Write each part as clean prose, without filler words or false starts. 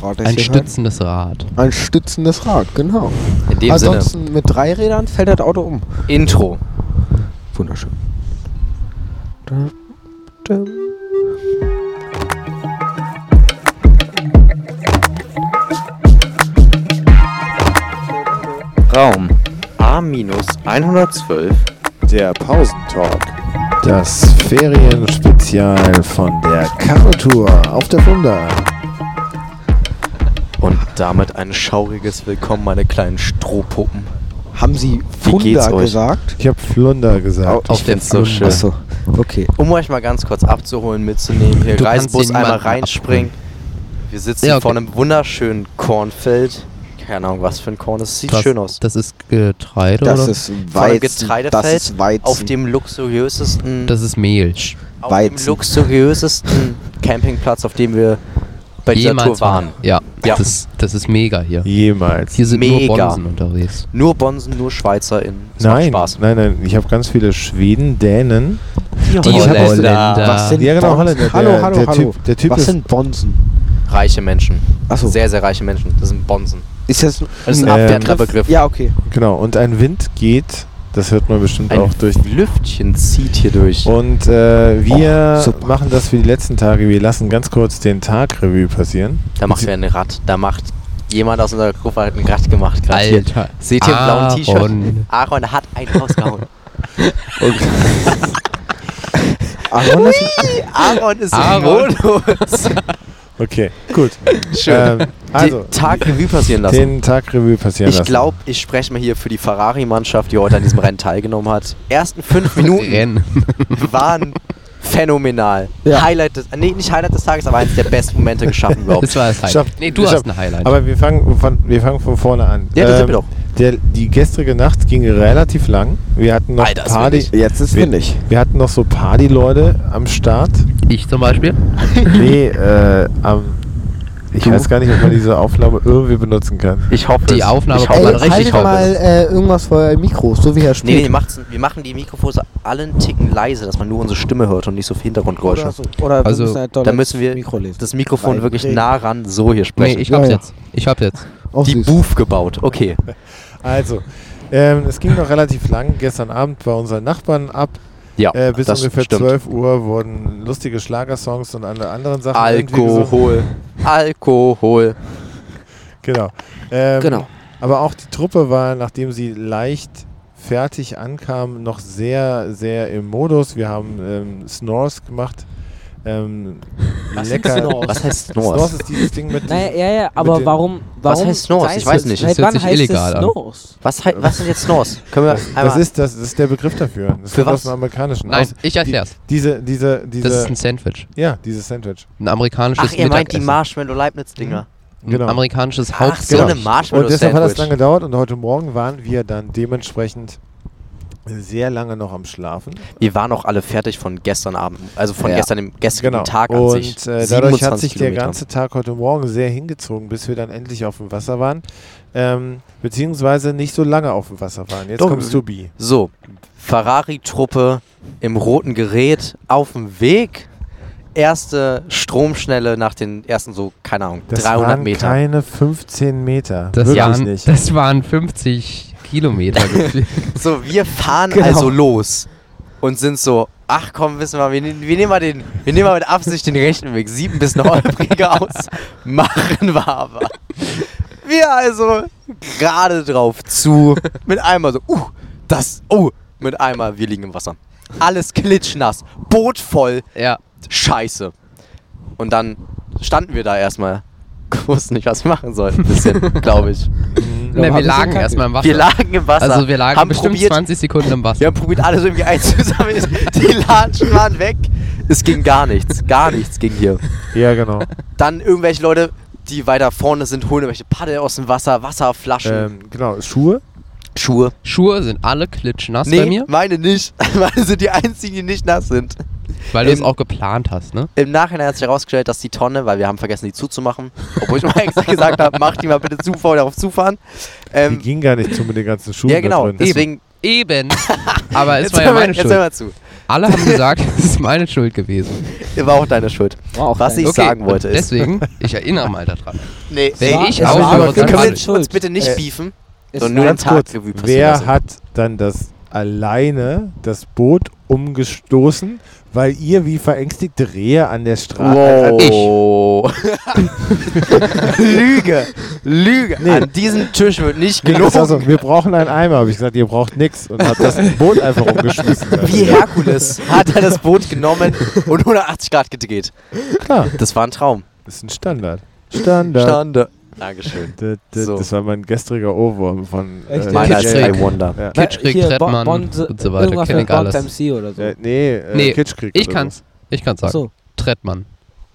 Rad. Ein stützendes Rad. Ein stützendes Rad, genau. In dem Ansonsten mit 3 Rädern fällt das Auto um. Intro. Wunderschön. Raum A-112. Der Pausentalk. Das Ferienspezial von der Kanutour auf der Flunder. Und damit ein schauriges Willkommen, meine kleinen Strohpuppen. Haben Sie Wie geht's Flunder euch? gesagt? Ich habe Flunder gesagt. Ich find's so schön. Achso, okay. Um euch mal ganz kurz abzuholen, mitzunehmen, hier Du kannst Reisebus hier einmal niemanden reinspringen. Wir sitzen Ja, okay. vor einem wunderschönen Kornfeld. Keine Ahnung, was für ein Korn. Das sieht schön aus. Das ist Getreide, Das oder? ist Vor einem Weizen. Getreidefeld Das ist Weizen. auf dem luxuriösesten Das ist Mehl. auf dem Weizen. luxuriösesten Campingplatz, auf dem wir bei dieser Tour waren. Ja, Ja. Das ist mega hier. Jemals. Hier sind Mega. nur Bonzen unterwegs. Nur Bonsen, nur SchweizerInnen. Es macht Nein, Spaß. nein. Ich habe ganz viele Schweden, Dänen. Die Holländer. Was sind Ja, genau, Bonzen? Holländer. Hallo. Der Typ Was ist sind Bonzen? Reiche Menschen. Achso. Sehr, sehr reiche Menschen. Das sind Bonsen. Ist das Das ist ein Ähm, abwertender Begriff. Ja, okay. genau. Und ein Wind geht, das hört man bestimmt Ein auch durch. Lüftchen zieht hier durch. Und wir super. machen das für die letzten Tage. Wir lassen ganz kurz den Tagrevue passieren. Da macht wer ein Rad. Da macht jemand aus unserer Gruppe halt ein Rad gemacht gerade hier. Alter. Seht ihr im blauen T-Shirt? Aaron. Aaron hat einen rausgehauen. Aaron ist Aaron ist im Aaron. Modus. Okay, gut. Schön. Also, Den Tag Revue passieren lassen. den Tagrevue passieren Ich lassen. glaube, ich spreche mal hier für die Ferrari-Mannschaft, die heute an diesem Rennen teilgenommen hat. Ersten 5 Minuten Rennen. waren phänomenal. Ja. Highlight des, nee, nicht Highlight des Tages, aber eines der besten Momente geschaffen überhaupt. Das war das Highlight. Schaff- Nee, du schaff- hast ein Highlight. Aber wir fangen von vorne an. Ja, das sind wir doch. Die gestrige Nacht ging relativ lang. Wir hatten noch Alter, ist Party. windig. Jetzt ist windig. Wir hatten noch so Party-Leute am Start. Ich zum Beispiel. Nee, ich weiß gar nicht, ob man diese Aufnahme irgendwie benutzen kann. Ich hoffe Die es. Aufnahme ich kann hoffe man es. richtig haltet hoffe mal irgendwas vor euer Mikro, so wie Herr Spiel. Nee, wir machen die Mikrofone alle einen Ticken leise, dass man nur unsere Stimme hört und nicht so viel Hintergrundgeräusche. Oder so. Oder Also, wir müssen halt dort Da müssen wir Mikro lesen. das Mikrofon Weil wirklich reden. nah ran so hier Nee, sprechen. ich hab's Ja, ja. jetzt. Ich hab's jetzt. Auch Die süß. Booth gebaut, okay. Also, es ging noch relativ lang. Gestern Abend bei unseren Nachbarn ab. Ja, Bis das ungefähr stimmt. 12 Uhr wurden lustige Schlagersongs und alle anderen Sachen irgendwie gesungen. Alkohol. Genau. Genau. Aber auch die Truppe war, nachdem sie leicht fertig ankam, noch sehr, sehr im Modus. Wir haben Snores gemacht. Lecker. Snores? Was heißt Snores Snores? ist dieses Ding mit Naja, mit aber den- warum Was heißt Snores? Ich weiß nicht. Seit Das hört wann sich heißt illegal es an. Snores? Was sind jetzt Snores? Können wir Das einmal... ist der Begriff dafür. Das Für kommt was? aus dem Amerikanischen. Nein, Aus- ich erklär's. Diese, Das ist ein Sandwich. ja, dieses Sandwich. Ein amerikanisches Ach, ihr meint die Mittagessen. Marshmallow-Leibniz-Dinger. Genau. Ein amerikanisches Ach, so eine Hauptgericht. Und deshalb hat das Marshmallow-Sandwich. lange gedauert und heute Morgen waren wir dann dementsprechend sehr lange noch am Schlafen. Wir waren auch alle fertig von gestern Abend. Also von Ja. gestern, dem gestrigen Genau. Tag an Und sich. dadurch 27 hat sich der Kilometer. ganze Tag heute Morgen sehr hingezogen, bis wir dann endlich auf dem Wasser waren. Beziehungsweise nicht so lange auf dem Wasser waren. Jetzt Doch, kommst du, Bi. So, Ferrari-Truppe im roten Gerät auf dem Weg. Erste Stromschnelle nach den ersten so, keine Ahnung, Das 300 waren Meter. keine 15 Meter. Das Wirklich waren, nicht. das waren 50 Kilometer. So, wir fahren Genau. also los und sind so, ach komm, wissen wir, wir nehmen mal mit Absicht den rechten Weg. Sieht ein bisschen holpriger aus. Machen wir aber. Wir also gerade drauf zu, mit einmal so, mit einmal, wir liegen im Wasser. Alles klitschnass, Boot voll, Ja. scheiße. Und dann standen wir da erstmal, wussten nicht, was wir machen sollten, ein bisschen, glaube ich. Ne, hab wir ich lagen den erstmal im Wasser. Wir lagen im Wasser, Also wir lagen haben bestimmt probiert, 20 Sekunden im Wasser. wir haben probiert, alles irgendwie einzusammeln. Die Latschen waren weg. Es ging gar nichts ging hier. Ja, genau. Dann irgendwelche Leute, die weiter vorne sind, holen irgendwelche Paddel aus dem Wasser, Wasserflaschen, Genau, Schuhe. Schuhe. Schuhe sind alle klitschnass bei mir, meine nicht. Meine sind die einzigen, die nicht nass sind. weil du es im- auch geplant hast, ne? Im Nachhinein hat sich herausgestellt, dass die Tonne, weil wir haben vergessen, die zuzumachen, obwohl ich mal extra gesagt habe, mach die mal bitte zu, bevor wir darauf zufahren. Die ging gar nicht zu mit den ganzen Schuhen Ja, genau. da drin. Deswegen, Eben. Aber es jetzt war ja hör mal- meine jetzt hör Schuld. mal zu. Alle haben gesagt, es ist meine Schuld gewesen. War auch deine Schuld. War auch Was deine. ich sagen wollte ist... Deswegen, ich erinnere mal daran. Nee, Wenn nee, ich es war aufhöre, aber dann können falle wir ich. uns bitte nicht beefen, Es sondern nur war- den Tag Kurz, Revue passieren wer lassen. hat dann alleine das Boot umgestoßen, weil ihr wie verängstigte Rehe an der Straße... Wow. Lüge. Nee. An diesem Tisch wird nicht Nee, gelogen. also, wir brauchen einen Eimer, habe ich gesagt, ihr braucht nichts und hab das Boot einfach umgeschmissen. Wie Herkules hat er das Boot genommen und 180 Grad gedreht. Klar, Das war ein Traum. das ist ein Standard. Standard. Stande. Dankeschön. Das So. war mein gestriger Ohrwurm von... Echt? Meiner ist Kitschkrieg. I Wonder. Ja. Kitschkrieg, Hier, Trettmann Bond, und so weiter. Irgendwas Kenn mit ich alles. Bond MC oder so. Nee, Kitschkrieg. Ich oder kann's. Ich kann's sagen. Achso. Trettmann.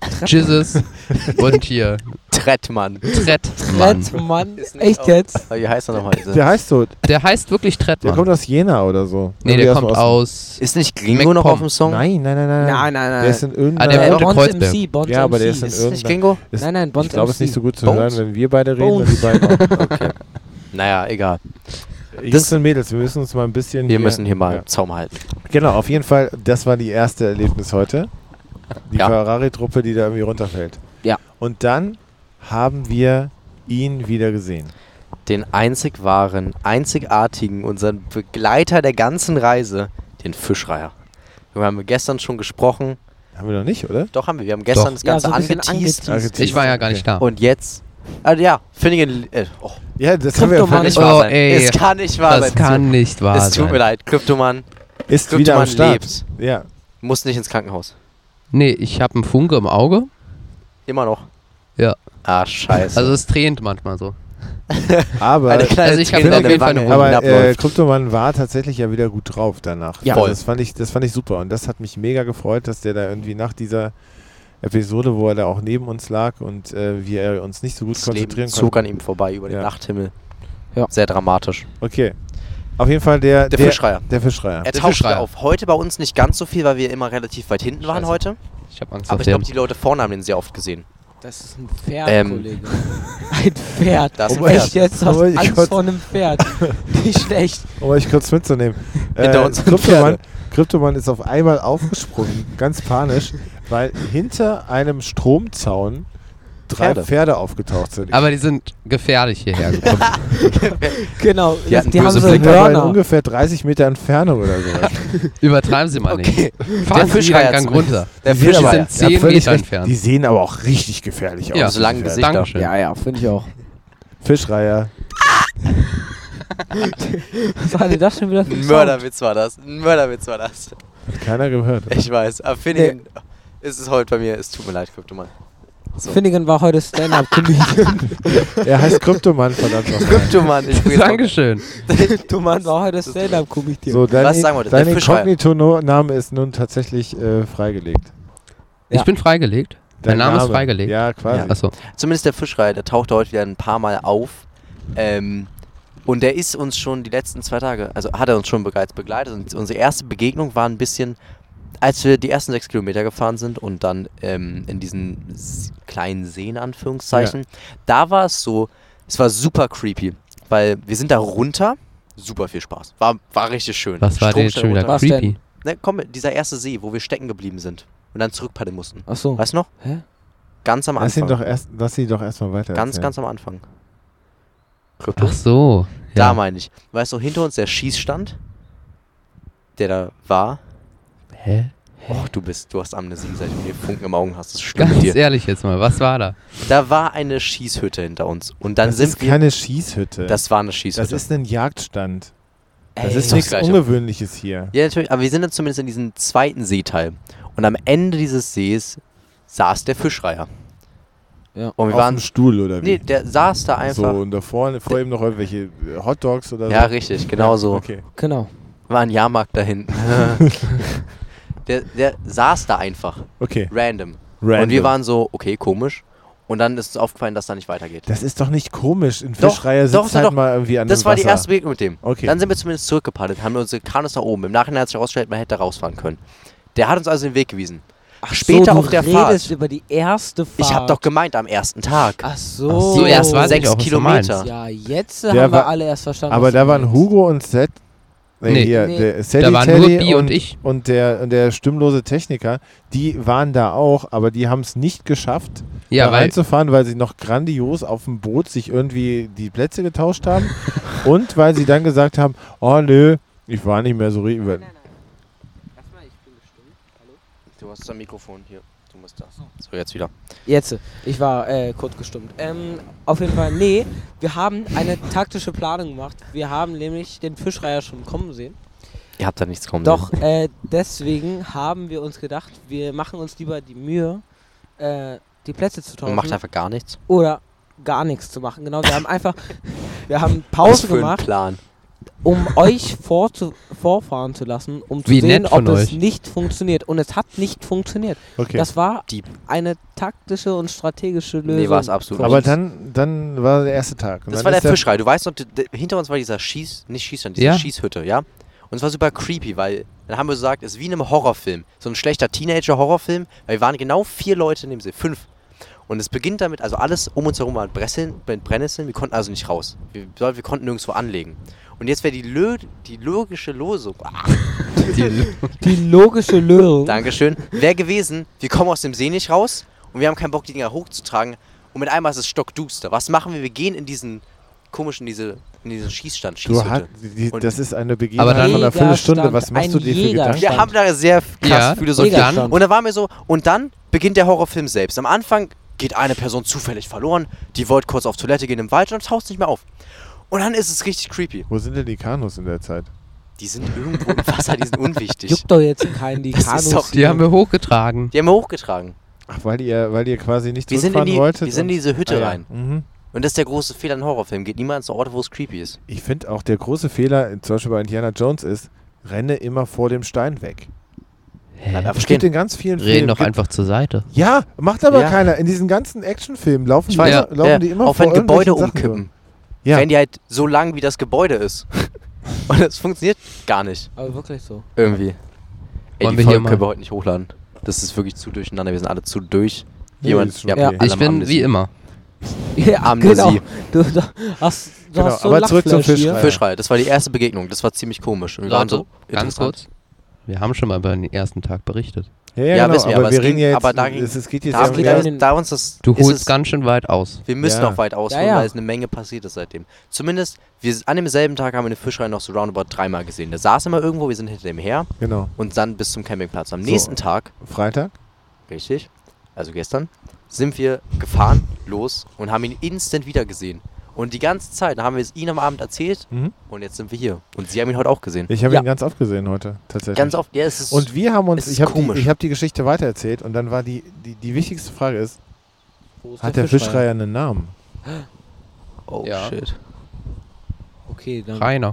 Jesus und hier Trettmann. Trettmann. Mann. Ist nicht Echt auch- jetzt? Wie heißt er nochmal? so. Der heißt so, Der heißt wirklich der Trettmann. kommt aus Jena oder so. Nee, Irgendwie der dem kommt Osten. aus... Ist nicht Gringo noch MacPom. auf dem Song? Nein. Nein. Der ist in Ah, irgendeiner... der wohnt in Bond Kreuzberg. MC. Bond Ja, aber der MC. ist in Ist nicht irgendeiner... Gringo? Nein, Bond Ich glaube, es ist MC. nicht so gut zu Bones? hören, wenn wir beide reden Bones. und die beiden. Okay. Naja, egal. Jungs und Mädels, wir müssen uns mal ein bisschen... Wir müssen hier mal Ja. Zaum halten. Genau, auf jeden Fall, das war die erste Erlebnis heute. Die Ja. Ferrari-Truppe, die da irgendwie runterfällt. Ja. Und dann haben wir ihn wieder gesehen. Den einzig wahren, einzigartigen, unseren Begleiter der ganzen Reise, den Fischreiher. Wir haben gestern schon gesprochen. Haben wir noch nicht, oder? Doch, haben wir. Wir haben gestern Doch. das Ganze Ja, so ein bisschen angeteased. angeteased. Ich war ja gar nicht da. Und jetzt... ja, Finnegan... oh, Ja, das haben wir Kryptomann. kann nicht Oh, wahr sein. ey. Es kann nicht wahr sein. Das kann nicht wahr Es tut mir sein. leid. Kryptomann ist wieder am Start. lebt. Ja. Muss nicht ins Krankenhaus. Nee, ich habe einen Funke im Auge. Immer noch. Ja. Ah, scheiße. Also es tränt manchmal so. Aber, eine kleine also ich hab Träne auf in der jeden Fall Wange, eine wo aber ihn abläuft. Kryptomann war tatsächlich ja wieder gut drauf danach. Ja. Also Voll. das fand ich super. Und das hat mich mega gefreut, dass der da irgendwie nach dieser Episode, wo er da auch neben uns lag und wir uns nicht so gut Das Leben konzentrieren zog konnten. an ihm vorbei über den Ja. Nachthimmel. Ja. Sehr dramatisch. Okay. Auf jeden Fall der Fischreiher. Der Fischreiher. Er Der tauchte Fischreiher. auf. Heute bei uns nicht ganz so viel, weil wir immer relativ weit hinten waren Scheiße. heute. Ich habe Angst Aber auf ich glaube, den. die Leute vorne haben den sehr oft gesehen. Das ist ein Pferd, Kollege. Ein Pferd. Das ist ein Echt Pferd. jetzt? Du hast Aber ich Angst konnte- vor einem Pferd. Nicht schlecht. Um euch kurz mitzunehmen. Hinter uns sind Kryptomann ist auf einmal aufgesprungen, ganz panisch, weil hinter einem Stromzaun 3 Pferde aufgetaucht sind. Aber die sind gefährlich hierher gekommen. Genau. Die hatten Die haben böse so sind aber in Hörner. ungefähr 30 Meter Entfernung oder so. Übertreiben Sie mal nicht. Okay. Fahren Sie wieder Fischreiher einen Gang zumindest. runter. Der Die sehen Fischreiher Fischreiher. sind 10 völlig Meter recht. entfernt. Die sehen aber auch richtig gefährlich aus. Ja, so lange die Gesichter. Dankeschön. Ja, finde ich auch. Fischreiher. Was war denn das schon wieder für Ein ein Mörderwitz war das. Ein Mörderwitz war das. Hat keiner gehört. Oder? Ich weiß. Aber Finnegan ist es heute bei mir. Es tut mir leid, Kryptomann. So. Finnegan war heute Stand-Up-Comedian. Er heißt Kryptomann, verdammt nochmal. Kryptomann. Ich bringe Dankeschön. Thomas war heute Stand-Up-Comedian. So, dein, Was sagen wir denn? dein Der Fischreiher. Inkognito-Name ist nun tatsächlich freigelegt. Ja. Ich bin freigelegt. Mein Dein Name ist freigelegt. Ja, quasi. Ja. Achso. Zumindest der Fischreiher, der tauchte heute wieder ein paar Mal auf. Und der ist uns schon die letzten 2 Tage, also hat er uns schon bereits begleitet. Und unsere erste Begegnung war ein bisschen, als wir die ersten 6 Kilometer gefahren sind und dann in diesen kleinen Seen, Anführungszeichen, da war es so, es war super creepy, weil wir sind da runter, super viel Spaß, war richtig schön. Was war denn jetzt schon wieder Was creepy? Ne, komm, dieser erste See, wo wir stecken geblieben sind und dann zurückpaddeln mussten. Ach so. Weißt du noch? Hä? Ganz am Lass ihn Anfang. doch erstmal weiter. Ganz, erzählen. ganz am Anfang. Krypto? Ach so. Da Ja. meine ich. Weißt du, hinter uns der Schießstand, der da war. Hä? Och, du hast Amnesie, seit du mir Funken im Augen hast. Das ist schlimm mit Ganz dir. ehrlich jetzt mal, was war da? Da war eine Schießhütte hinter uns. Und dann Das sind ist wir. keine Schießhütte. Das war eine Schießhütte. Das ist ein Jagdstand. Das Ey, ist doch nichts das Gleiche. Ungewöhnliches hier. Ja, natürlich. Aber wir sind dann zumindest in diesem zweiten Seeteil. Und am Ende dieses Sees saß der Fischreiher. Ja. Und wir Auf waren. dem Stuhl oder wie? Nee, der saß da einfach. so, und da vorne, vor ihm noch irgendwelche Hotdogs oder Ja, so. richtig, genau so. Okay. Genau. War ein Jahrmarkt da hinten. der saß da einfach. Okay. Random. Random. Und wir waren so, okay, komisch. Und dann ist uns aufgefallen, dass da nicht weitergeht. Das ist doch nicht komisch. Ein Doch, Fischreiher sitzt doch, halt doch. mal irgendwie an Das dem war die Wasser. erste Begegnung mit dem. Okay. Dann sind wir zumindest zurückgepaddelt, haben unsere Kanus nach oben. Im Nachhinein hat sich herausgestellt, man hätte rausfahren können. Der hat uns also den Weg gewiesen. Ach Später so, auf der du Fahrt. redest über die erste Fahrt. Ich habe doch gemeint, am ersten Tag. Ach Ach so. so, erst ersten weiß ich 6 auch, was du Kilometer. meinst. Ja, jetzt Der haben wir war- alle erst verstanden. Aber was da du waren meinst. Hugo und Seth Nee. Hier, Nee. der Sadie Da waren nur Teddy Bi und ich. Und der stimmlose Techniker, die waren da auch, aber die haben es nicht geschafft, Ja, da weil reinzufahren, weil sie noch grandios auf dem Boot sich irgendwie die Plätze getauscht haben und weil sie dann gesagt haben, oh nö, ich war nicht mehr so richtig. Erstmal, ich bin gestimmt. Hallo? Du hast das Mikrofon hier. Du musst das. So, jetzt wieder. Jetzt, ich war kurz gestimmt. Auf jeden Fall, nee, wir haben eine taktische Planung gemacht. Wir haben nämlich den Fischreiher schon kommen sehen. Ihr habt da nichts kommen Doch, deswegen haben wir uns gedacht, wir machen uns lieber die Mühe, die Plätze zu sehen. tauschen. Und macht einfach gar nichts. Oder gar nichts zu machen. Genau, wir haben einfach, wir haben Was Pause für ein gemacht, Plan. um euch vorfahren zu lassen, um zu Wie sehen, nett ob von es euch. nicht funktioniert. Und es hat nicht funktioniert. Okay. Das war Dieb. eine taktische und strategische Lösung. Nee, war es absolut für aber uns. dann war der erste Tag. Und Das dann war der ist Fischreiher. Du weißt noch, hinter uns war dieser Schießstand, diese Ja. Schießhütte, ja? Und es war super creepy, weil dann haben wir gesagt, es ist wie in einem Horrorfilm. So ein schlechter Teenager-Horrorfilm, weil wir waren genau 4 Leute in dem See. 5. Und es beginnt damit, also alles um uns herum war mit Brennnesseln, wir konnten also nicht raus. Wir konnten nirgendwo anlegen. Und jetzt wäre die logische Losung, Die logische Lösung. Dankeschön, wäre gewesen, wir kommen aus dem See nicht raus und wir haben keinen Bock, die Dinger hochzutragen. Und mit einmal ist es stockduster. Was machen wir? Wir gehen in diesen komischen, in diesen Schießstand, Du Schießhütte. hat, Und- das ist eine Aber Begebenheit dann- von einer Viertelstunde. Was Jägerstand, machst du ein dir für Jägerstand. Gedanken? Wir haben da sehr krass Ja, philosophiert. Jägerstand. Und da waren wir so, und dann beginnt der Horrorfilm selbst. Am Anfang geht eine Person zufällig verloren, die wollte kurz auf Toilette gehen im Wald und taucht nicht mehr auf. Und dann ist es richtig creepy. Wo sind denn die Kanus in der Zeit? Die sind irgendwo im Wasser, die sind unwichtig. Juckt doch jetzt keinen, die Das ist Kanus. doch- die haben wir hochgetragen. Die haben wir hochgetragen. Ach, weil ihr quasi nicht Wir sind in zurückfahren die- wolltet? wir sind in und- diese Hütte ja. rein. Mhm. Und das ist der große Fehler in Horrorfilmen. Geht niemand zu Orte, wo es creepy ist. Ich finde auch, der große Fehler, zum Beispiel bei Indiana Jones, ist, renne immer vor dem Stein weg. Hä? Bleib einfach Das gibt stehen. in ganz vielen Reden Filmen. doch einfach zur Seite. Ja, macht aber Ja. keiner. In diesen ganzen Actionfilmen laufen, Ich die, weiß, immer, laufen die immer auch vor wenn Gebäude irgendwelchen Sachen umkippen, so. Ja, rennen die halt so lang, wie das Gebäude ist. Und das funktioniert gar nicht. Aber wirklich so. Irgendwie. Ey, Wollen die wir hier Folge mal- können wir heute nicht hochladen. Das ist wirklich zu durcheinander. Wir sind alle zu durch. Nee, Jemand, ist schon ja, okay. alle Ich haben bin Amnesie. wie immer. Ja, Amnesie. genau. Du hast Genau, so aber zurück zum Lachflash hier. Fischreiher. Fischreihe, das war die erste Begegnung. Das war ziemlich komisch. Und wir waren so ganz interessant. kurz. Wir haben schon mal über den ersten Tag berichtet. ja, Ja, genau, wissen wir, aber aber wir es reden ging- ja jetzt, aber da ging- es geht jetzt Da, ja geht da, in den- da uns das. Du ist holst es- ganz schön weit aus. Wir müssen Ja. auch weit ausholen, Ja, ja. weil es eine Menge passiert ist seitdem. Zumindest, an demselben Tag haben wir eine Fischreihe noch so roundabout 3-mal gesehen. Der saß immer irgendwo, wir sind hinter dem her Genau. und dann bis zum Campingplatz. Am So. nächsten Tag, Freitag? richtig, also gestern, sind wir gefahren, los und haben ihn instant wieder gesehen. Und die ganze Zeit, dann haben wir es ihm am Abend erzählt Mhm. und jetzt sind wir hier. Und Sie haben ihn heute auch gesehen. Ich habe Ja. ihn ganz oft gesehen heute, tatsächlich. Ganz oft, ja, es ist. Und wir haben uns, es ist ich habe komisch. hab die Geschichte weitererzählt und dann war die wichtigste Frage ist, Wo ist hat der Fischreiher einen Namen? oh Ja. shit. Okay, dann. Rainer.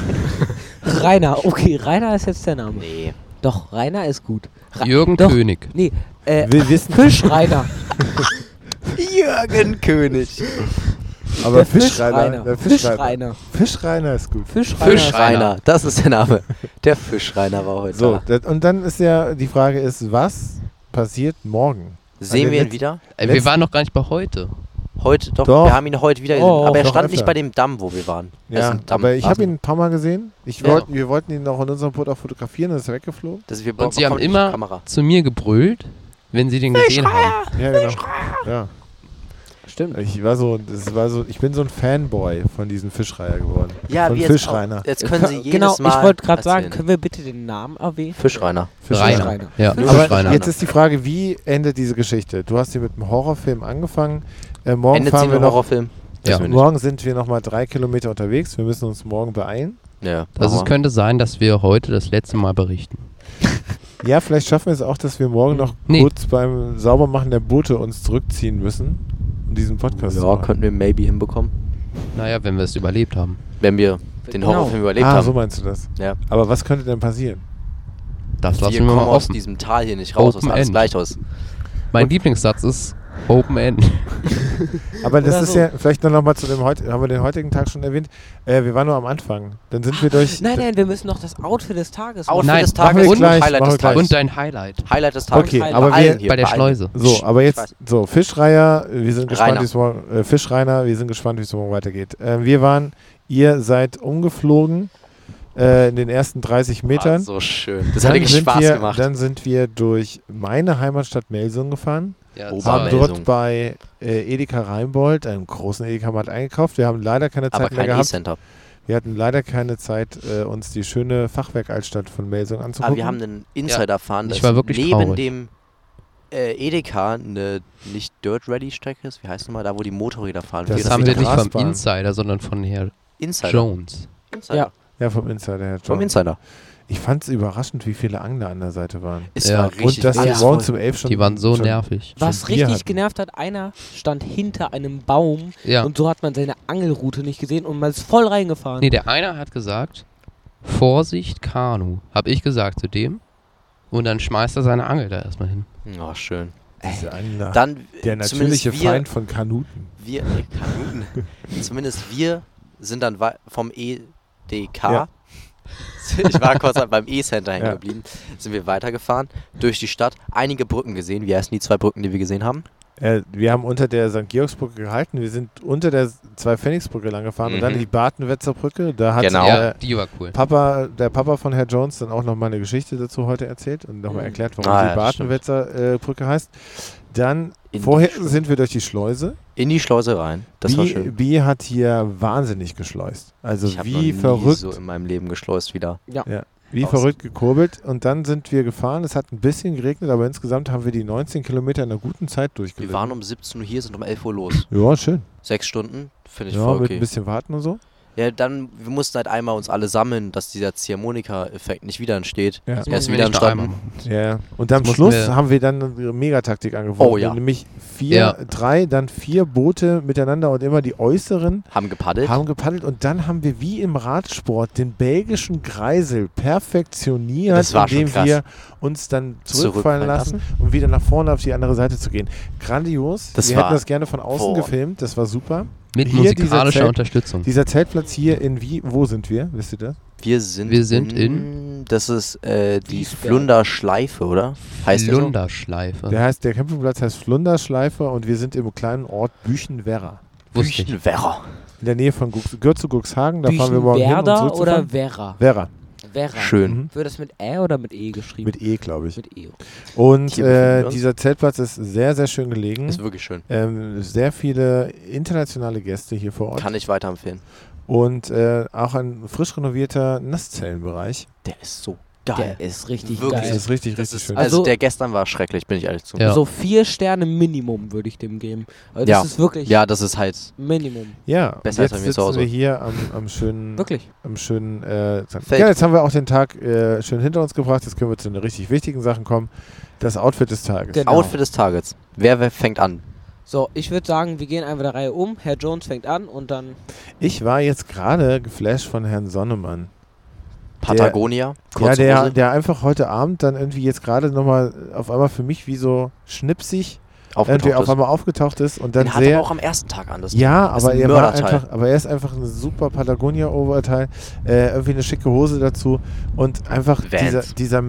Rainer, okay, Rainer ist jetzt der Name. Nee. Doch, Rainer ist gut. Jürgen doch. König. Nee, Wir wissen, Fischreiner. Jürgen König. aber Fischreiner. Der Fischreiner. Fischreiner ist gut. Fischreiner. Fischreiner, das ist der Name. Der Fischreiner war heute So, da. und dann ist ja die Frage ist, was passiert morgen? Sehen An wir den ihn wieder? Wir Letzten- waren noch gar nicht bei heute. Heute, doch, Doch. wir haben ihn heute wieder gesehen. Oh, aber er doch stand öfter. nicht bei dem Damm, wo wir waren. Er ist Ja, ein Damm. aber ich habe ihn ein paar Mal gesehen. Ja. Wir wollten ihn noch in unserem Boot auch fotografieren, dann ist er weggeflogen. Und sie haben immer zu mir gebrüllt, wenn sie den gesehen haben. Ja, genau. Ja. Stimmt. Ich bin so ein Fanboy von diesem Fischreiher geworden. Ja, von wie jetzt, Fischreiner. jetzt können Sie jedes Genau, Mal ich wollte gerade sagen, erzählen. können wir bitte den Namen erwähnen? Fischreiner. Rainer. Ja, Nur Aber Fischreiner. jetzt ist die Frage, wie endet diese Geschichte? Du hast hier mit einem Horrorfilm angefangen. Morgen Endet sie fahren mit wir einem noch. Horrorfilm? Ja. Wissen wir nicht. Morgen sind wir nochmal 3 Kilometer unterwegs. Wir müssen uns morgen beeilen. Ja, Also es aber- könnte sein, dass wir heute das letzte Mal berichten. Ja, vielleicht schaffen wir es auch, dass wir morgen noch Nee. kurz beim Saubermachen der Boote uns zurückziehen müssen und diesen Podcast zu ja, machen. könnten wir maybe hinbekommen. Naja, wenn wir es überlebt haben. Wenn wir den Genau. Horrorfilm überlebt Ah, haben. so meinst du das. Ja. Aber was könnte denn passieren? Das Wir lassen wir kommen mal aus offen. diesem Tal hier nicht raus, was Open alles End. gleich aus. Mein Lieblingssatz ist Open End. Aber das Oder ist so. ja, vielleicht noch mal zu dem haben wir den heutigen Tag schon erwähnt. Wir waren nur am Anfang. Dann sind wir durch. Nein, wir müssen noch das Outfit des Tages Outfit Nein, des machen Tages wir und gleich, Highlight machen des wir gleich. Tages. Und dein Highlight. Highlight des Tages. Okay, Bei aber allen wir, hier, bei der allen. Schleuse. so, aber Ich weiß. jetzt, so, Fischreiher, wir sind gespannt, Rainer. wie es morgen, Fischreiner, wir sind gespannt, wie es morgen weitergeht. Ihr seid umgeflogen in den ersten 30 Metern. So schön. Das hat wirklich Spaß gemacht. Dann sind wir durch meine Heimatstadt Melsungen gefahren. Ja, Haben dort bei Edeka Rheinbold, einem großen Edeka-Markt, eingekauft. Wir haben leider keine Zeit mehr gehabt. E-Center. Wir hatten leider keine Zeit, uns die schöne Fachwerk-Altstadt von Melsungen anzugucken. Aber wir haben einen Insider erfahren, dass war wirklich neben traurig. dem Edeka eine nicht Dirt-Ready-Strecke ist. Wie heißt nochmal? Da, wo die Motorräder fahren. Das Das ist haben wie wir eine nicht vom Grasbahn. Insider, sondern von Herr Insider. Jones. Insider. Ja, vom Insider her. Vom Insider. Ich fand es überraschend, wie viele Angler an der Seite waren. Es Ja. war Und richtig Und dass die alles morgens voll. um 11 schon... Die waren so schon, nervig. Was Bier richtig hatten. genervt hat, einer stand hinter einem Baum Ja. und so hat man seine Angelroute nicht gesehen und man ist voll reingefahren. Nee, der eine hat gesagt, Vorsicht, Kanu. Hab ich gesagt zu dem. Und dann schmeißt er seine Angel da erstmal hin. Oh, schön. Diese Angler. Dann Der natürliche zumindest Feind von Kanuten. Kanuten. Zumindest wir sind dann vom EDK. Ja. Ich war kurz beim E-Center hängen Ja. geblieben. Sind wir weitergefahren durch die Stadt. Einige Brücken gesehen. Wie heißen die 2 Brücken, die wir gesehen haben? Wir haben unter der St. Georgsbrücke gehalten. Wir sind unter der Zwei-Pfennigsbrücke lang gefahren und dann Mhm. die Bartenwetzer Brücke. Da hat Genau. Ja, die war cool. der Papa von Herr Jones dann auch noch mal eine Geschichte dazu heute erzählt und nochmal Mhm. erklärt, warum Ah, die ja, das stimmt. Bartenwetzer Brücke heißt. Dann In die vorher Schleuse. sind wir durch die Schleuse. In die Schleuse rein. Das war schön. Bi hat hier wahnsinnig geschleust. Also Ich habe noch wie nie verrückt, so in meinem Leben geschleust wieder. wie aus- verrückt gekurbelt. Und dann sind wir gefahren. Es hat ein bisschen geregnet, aber insgesamt haben wir die 19 Kilometer in einer guten Zeit Wir durchgelegt. waren um 17 Uhr hier, sind um 11 Uhr los. Ja, schön. 6 Stunden, finde ich Ja, voll mit ein okay. bisschen warten und so. Ja, dann, wir mussten halt einmal uns alle sammeln, dass dieser Ziehharmonika-Effekt nicht wieder entsteht. Ja. Das Er ist mussten wir wieder nicht noch entstanden. einmal. Ja, und am Das mussten Schluss wir- haben wir dann eine Megataktik angefangen. Oh ja. Nämlich Ja. 4 Boote miteinander und immer die äußeren Haben gepaddelt. haben gepaddelt und dann haben wir wie im Radsport den belgischen Kreisel perfektioniert, Das war schon indem krass. wir uns dann zurückfallen lassen, um wieder nach vorne auf die andere Seite zu gehen. Grandios. Das wir war- hätten das gerne von außen Boah. gefilmt, das war super. Mit Hier dieser musikalischer Zelt- Unterstützung. Dieser Zeltplatz hier wo sind wir? Wisst ihr das? Wir sind in- das ist die Wiesberg. Flunderschleife, oder? Heißt der so? Lunderschleife. Der Campingplatz heißt Flunderschleife und wir sind im kleinen Ort Büchenwerra. Wusste ich. Büchenwerra. In der Nähe von gehört zu Cuxhagen, da fahren wir morgen hin, um Werder oder zurückzufahren. Werra? Werra. Werra. Schön. Mhm. Wird das mit Ä oder mit E geschrieben? Mit E, glaube ich. Mit E. Und Hier befinden wir uns. dieser Zeltplatz ist sehr, sehr schön gelegen. Ist wirklich schön. Sehr viele internationale Gäste hier vor Ort. Kann ich weiterempfehlen. Und auch ein frisch renovierter Nasszellenbereich. Der ist so geil. Der ist richtig Wirklich. Das geil. ist richtig, Das richtig ist, schön. also Also- der gestern war schrecklich, bin ich ehrlich zu. Ja. So 4 Sterne Minimum würde ich dem geben. Also das Ja. ist wirklich Ja, das ist halt Minimum. Ja, und besser als jetzt bei mir zu sitzen Hause. wir hier am schönen... Wirklich. Ja, jetzt haben wir auch den Tag schön hinter uns gebracht. Jetzt können wir zu den richtig wichtigen Sachen kommen. Das Outfit des Tages. Genau. Outfit des Tages. Wer fängt an? So, ich würde sagen, wir gehen einfach der Reihe um. Herr Jones fängt an und dann Ich war jetzt gerade geflasht von Herrn Sonnemann. Patagonia? Ja, Kurze Hose? der einfach heute Abend dann irgendwie jetzt gerade nochmal auf einmal für mich wie so schnipsig irgendwie Aufgetaucht auf ist. einmal aufgetaucht ist und dann Den hat sehr... er auch am ersten Tag an. Das Ja, ist aber ein er war Mörderteil. einfach, aber er ist einfach ein super Patagonia-Oberteil, irgendwie eine schicke Hose dazu und einfach Vans. dieser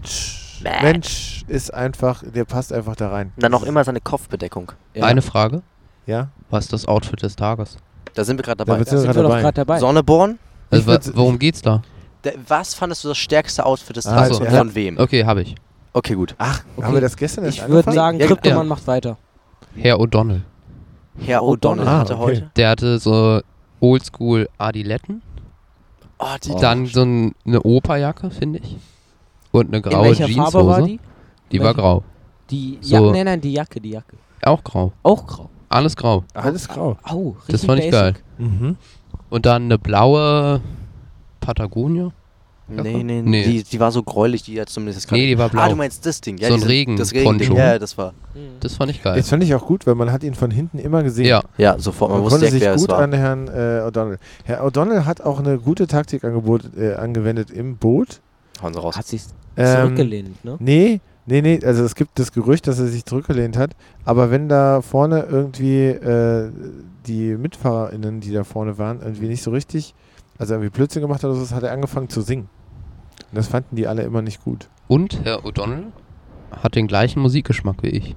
Mensch ist einfach, der passt einfach da rein. Und dann noch immer seine Kopfbedeckung. Ja. Eine Frage. Ja? Was ist das Outfit des Tages? Da sind wir gerade Da dabei. wird da sind wir doch dabei. gerade dabei. Sonneborn? Also, Ich würd- worum geht's da? Was fandest du das stärkste Outfit des Ah, Tages so. und ja. von wem? Okay, habe ich. Okay, gut. Ach, Okay. haben wir das gestern erst Ich würde angefangen? sagen, Ja, Kryptomann ja. macht weiter. Herr O'Donnell. Herr O'Donnell Ah, hatte okay. heute. Der hatte so Oldschool Adiletten. Oh, die Dann so eine Operjacke, finde ich. Und eine In graue welcher Jeanshose. Farbe war die? Die war welche? grau. Die So. Jacke, nein, die Jacke. Auch grau. Auch grau. Alles grau. Alles grau. Au, richtig Das fand ich basic. geil. Mhm. Und dann eine blaue Patagonia. Nee. Die war so gräulich, die jetzt zumindest Nee, die war blau. Ah, du meinst das Ding. Ja, So ein das Regending. Regenponcho. Ja, das war. Hm. Das fand ich geil. Das fand ich auch gut, weil man hat ihn von hinten immer gesehen. Ja, Ja, sofort. Man Man wusste konnte direkt, sich wer es gut war. an Herrn O'Donnell. Herr O'Donnell hat auch eine gute Taktik angewendet im Boot. Hauen sie raus. Hat sich Ähm, zurückgelehnt, ne? Nee, also es gibt das Gerücht, dass er sich zurückgelehnt hat, aber wenn da vorne irgendwie die MitfahrerInnen, die da vorne waren, irgendwie nicht so richtig, also irgendwie Blödsinn gemacht hat oder so, hat er angefangen zu singen. Und das fanden die alle immer nicht gut. und Herr O'Donnell hat den gleichen Musikgeschmack wie ich.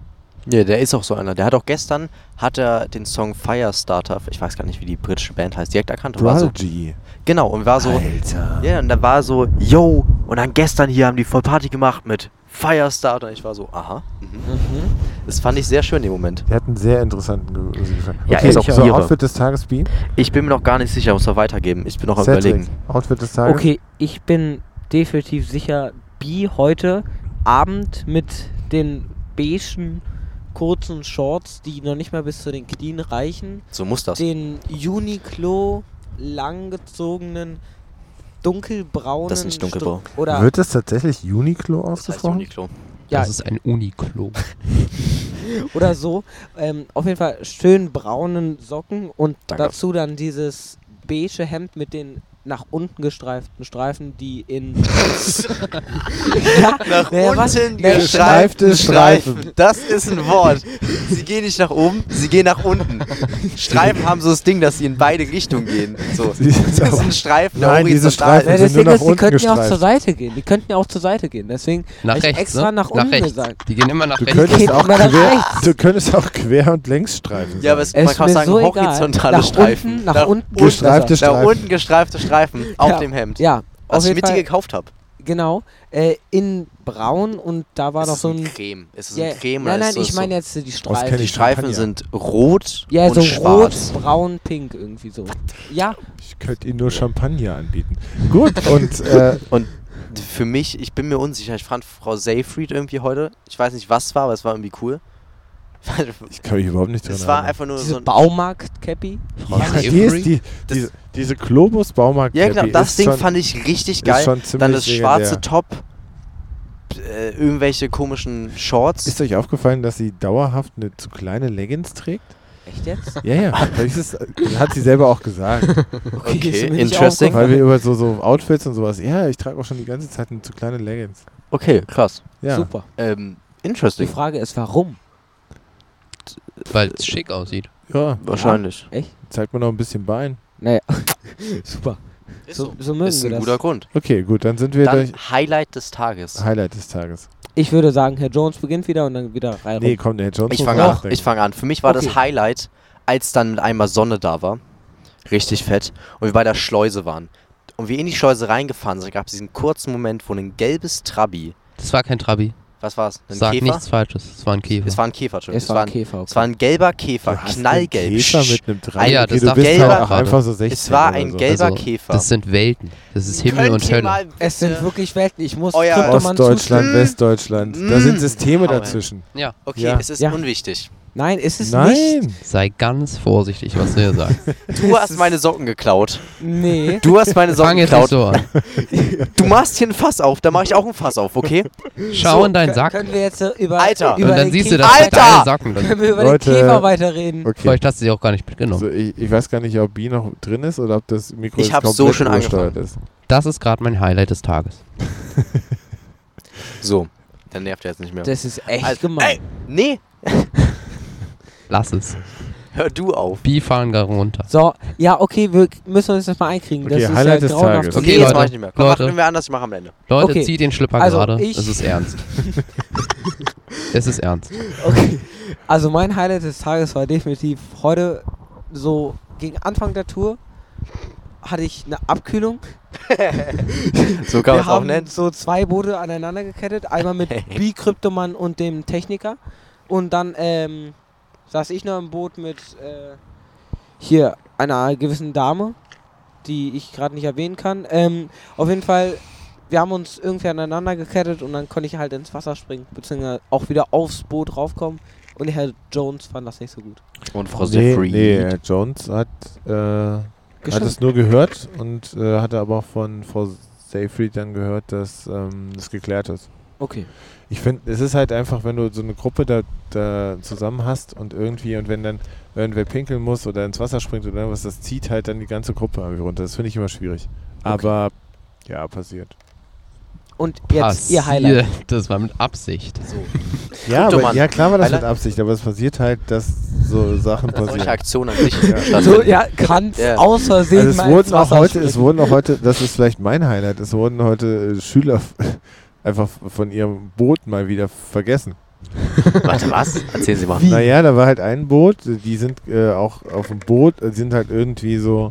Ja, der ist auch so einer. Der hat auch gestern, den Song Firestarter, ich weiß gar nicht, wie die britische Band heißt, direkt erkannt. Und war so, Prodigy. genau, und war so, Alter. ja, und da war so, yo, und dann gestern hier haben die voll Party gemacht mit Firestarter. Und ich war so, aha. Das fand ich sehr schön im Moment. Der hat einen sehr interessanten Musikgeschmack. Ja, Okay, ist auch so Ihre. Outfit des Tages, B. Ich bin mir noch gar nicht sicher, muss noch weitergeben. Ich bin noch am Cedric, Überlegen. Outfit des Tages. Okay, ich bin definitiv sicher, B heute Abend mit den beigen kurzen Shorts, die noch nicht mal bis zu den Knien reichen, So muss das. den Uniqlo langgezogenen dunkelbraunen Das ist nicht dunkelblau. oder Wird das tatsächlich Uniqlo Das heißt ausgesprochen? Uniqlo. ja, Das ist ein Uniqlo. oder so. Auf jeden Fall schön braunen Socken und Danke. dazu dann dieses beige Hemd mit den nach unten gestreiften Streifen, die in ja, Nach naja, was? unten Nee, gestreifte Streifen. Streifen. Das ist ein Wort. Sie gehen nicht nach oben, sie gehen nach unten. Streifen haben so das Ding, dass sie in beide Richtungen gehen. So. Sie sind Das ist auch- ein Streifen, der Nein, diese horizontal Streifen Ja, ist. sind deswegen nur nach ist, die unten könnten ja auch zur gestreift. Seite gehen. Die könnten ja auch zur Seite gehen. Deswegen Nach hab ich rechts, extra ne? nach unten rechts. gesagt. Die gehen immer nach Du rechts. könntest, geht auch immer nach quer, rechts. du könntest auch Quer- und Längsstreifen Ja, aber sagen. man Ist kann mir auch sagen so egal. horizontale Nach Streifen. unten, nach unten Gestreifte besser. Nach Streifen. unten gestreifte Streifen auf Ja, dem Hemd. Ja, auf Was ich jeden mit dir Fall, gekauft habe. genau. In braun und da war noch so ein... Creme. Ist es Ja, ein Creme nein, oder nein, ist es ich so? meine jetzt die Die Streifen. ich- Streifen Champagner. sind rot Ja, und so schwarz. rot, braun, pink irgendwie so. Ja, Ich könnte Ihnen nur Champagner anbieten. Gut, und Und für mich, ich bin mir unsicher, ich fand Frau Seyfried irgendwie heute, ich weiß nicht, was es war, aber es war irgendwie cool. ich kann mich überhaupt nicht dran Es war erinnern. einfach nur diese so ein... Baumarkt-Cappy. Frau Ja, die Seyfried? ist Das- diese Globus Baumarkt. Ja, genau, das ist Ding schon, fand ich richtig ist geil. schon ziemlich Dann das schwarze legendär. Top, irgendwelche komischen Shorts. Ist euch aufgefallen, dass sie dauerhaft eine zu kleine Leggings trägt? Echt jetzt? Ja, ja. Das ist, hat sie selber auch gesagt. Okay, ist mir nicht interesting. Weil wir über so Outfits und sowas. Ja, ich trage auch schon die ganze Zeit eine zu kleine Leggings. Okay, krass. Ja. Super. Die Interesting. Frage ist, warum? Weil es schick aussieht. Ja, Wahrscheinlich. Echt? zeigt man noch ein bisschen Bein. Naja, super. Ist So mögen Ist wir ein das. guter Grund. Okay, gut, dann sind wir Dann durch. Highlight des Tages. Highlight des Tages. Ich würde sagen, Herr Jones beginnt wieder und dann wieder rein. Nee, komm, der Jones Ich muss fange mal an. nachdenken. Ich fange an. Für mich war Okay. das Highlight, als dann mit einmal Sonne da war. Richtig fett. Und wir bei der Schleuse waren. Und wir in die Schleuse reingefahren sind, gab es diesen kurzen Moment, wo ein gelbes Trabi. Das war kein Trabi. Was war es? Ein Sag Käfer? nichts Falsches. Es war ein Käfer. Es war ein Käfer, Entschuldigung. Es war ein Käfer. Es war ein gelber Käfer, Du hast knallgelb. einen Käfer mit einem Drei. Ja, Okay, das du darf bist gelber- halt auch einfach so 16 Es war oder ein so. gelber Also, Käfer. Das sind Welten. Das ist Himmel und Könnt ihr Hölle. mal Es sind bitte- wirklich Welten. Ich muss Euer- Kryptomann Ostdeutschland, zustimmen. Westdeutschland. Da sind Systeme Hau rein. dazwischen. Ja. Okay, Ja. es ist Ja. unwichtig. Nein, ist es nicht. Nein! Sei ganz vorsichtig, was du hier sagst. Du hast meine Socken geklaut. Nee. Du hast meine Fang Socken jetzt nicht geklaut. so an. Du machst hier ein Fass auf, da mache ich auch ein Fass auf, okay? Schau in deinen Sack Können wir jetzt über, Alter. über und dann den siehst du, Käfer dass Alter! deine Socken Können drin. wir über Leute. den Käfer weiterreden? Okay. Vielleicht hast du sie auch gar nicht mitgenommen. Also ich weiß gar nicht, ob B noch drin ist oder ob das Mikro Ich jetzt hab's so komplett schon übersteuert ist. Das ist gerade mein Highlight des Tages. So, dann nervt er jetzt nicht mehr. Das ist echt Also, gemein. ey, nee, Lass es. hör du auf. Die fahren gar runter. So, ja, okay, wir müssen uns das mal einkriegen. Okay, das ist Highlight ja des grauenhaft. Tages. Okay, Okay, jetzt Leute, mach ich nicht mehr. Komm, Leute. machen wir anders, ich mach am Ende. Leute, Okay. zieht den Schlipper Also, gerade. ich- Es ist ernst. Es ist ernst. Okay. Also mein Highlight des Tages war definitiv heute so gegen Anfang der Tour hatte ich eine Abkühlung. So kann man Wir es auch haben nennen. so zwei Boote aneinander gekettet. Einmal mit B-Kryptomann und dem Techniker. Und dann saß ich noch im Boot mit hier einer gewissen Dame, die ich gerade nicht erwähnen kann. Auf jeden Fall, wir haben uns irgendwie aneinander gekettet und dann konnte ich halt ins Wasser springen, beziehungsweise auch wieder aufs Boot raufkommen. Und Herr Jones fand das nicht so gut. Und Frau Nee, Seyfried. Herr Jones hat es nur gehört und hatte aber auch von Frau Seyfried dann gehört, dass das geklärt ist. Okay. Ich finde, es ist halt einfach, wenn du so eine Gruppe da zusammen hast und wenn dann irgendwer pinkeln muss oder ins Wasser springt oder irgendwas, das zieht halt dann die ganze Gruppe irgendwie runter. Das finde ich immer schwierig. Aber ja, passiert. Und jetzt Ihr Highlight. Das war mit Absicht. Ja, aber, Kryptomann. ja klar war das mit Highlight? Absicht, aber es passiert halt, dass so Sachen Dass solche passieren. Aktionen an sich So, stattfinden. ja, kann's Ja. aus Versehen Also es mal wurden ins auch Wasser heute, springen. es wurden auch heute, das ist vielleicht mein Highlight, es wurden heute Schüler einfach von ihrem Boot mal wieder vergessen. Warte, was? Erzählen Sie mal. Naja, da war halt ein Boot, die sind auch auf dem Boot, sind halt irgendwie so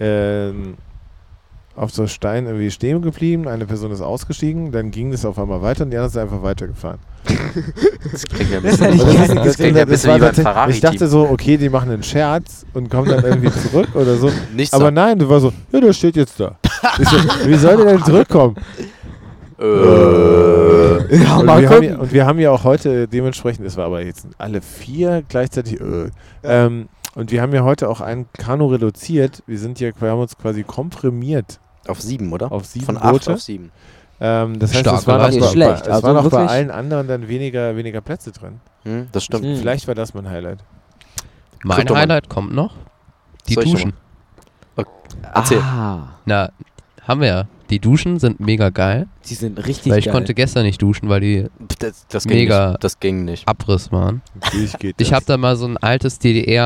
auf so Stein irgendwie stehen geblieben, eine Person ist ausgestiegen, dann ging es auf einmal weiter und die andere ist einfach weitergefahren. Das klingt ja ein Das bisschen, hätte ich das klingt ja ein bisschen wie beim Ferrari-Team. Ich dachte so, okay, die machen einen Scherz und kommen dann irgendwie zurück oder so. Nicht Aber nein, du war so, ja, der steht jetzt da. Ich so, wie soll der denn zurückkommen? Ja, Und mal wir, haben gucken. ja, und wir haben ja auch heute dementsprechend, es war aber jetzt alle 4 gleichzeitig, und wir haben ja heute auch ein Kanu reduziert. Wir haben uns quasi komprimiert Auf 7, oder? auf 7 Von 8 Boote. auf 7. Das heißt, Starke es waren, Leistung. auch Nicht schlecht. es Also waren auch bei wirklich- allen anderen dann weniger Plätze drin. Das stimmt. Mhm. Vielleicht war das mein Highlight. Mein Kryptoman. Highlight kommt noch. Die Soll ich Duschen. Erzähl. Na, haben wir ja. Die Duschen sind mega geil. Die sind richtig Weil ich geil. konnte gestern nicht duschen, weil die Das ging Mega. nicht. Das ging nicht. Abriss waren. Natürlich geht Ich das. habe da mal so ein altes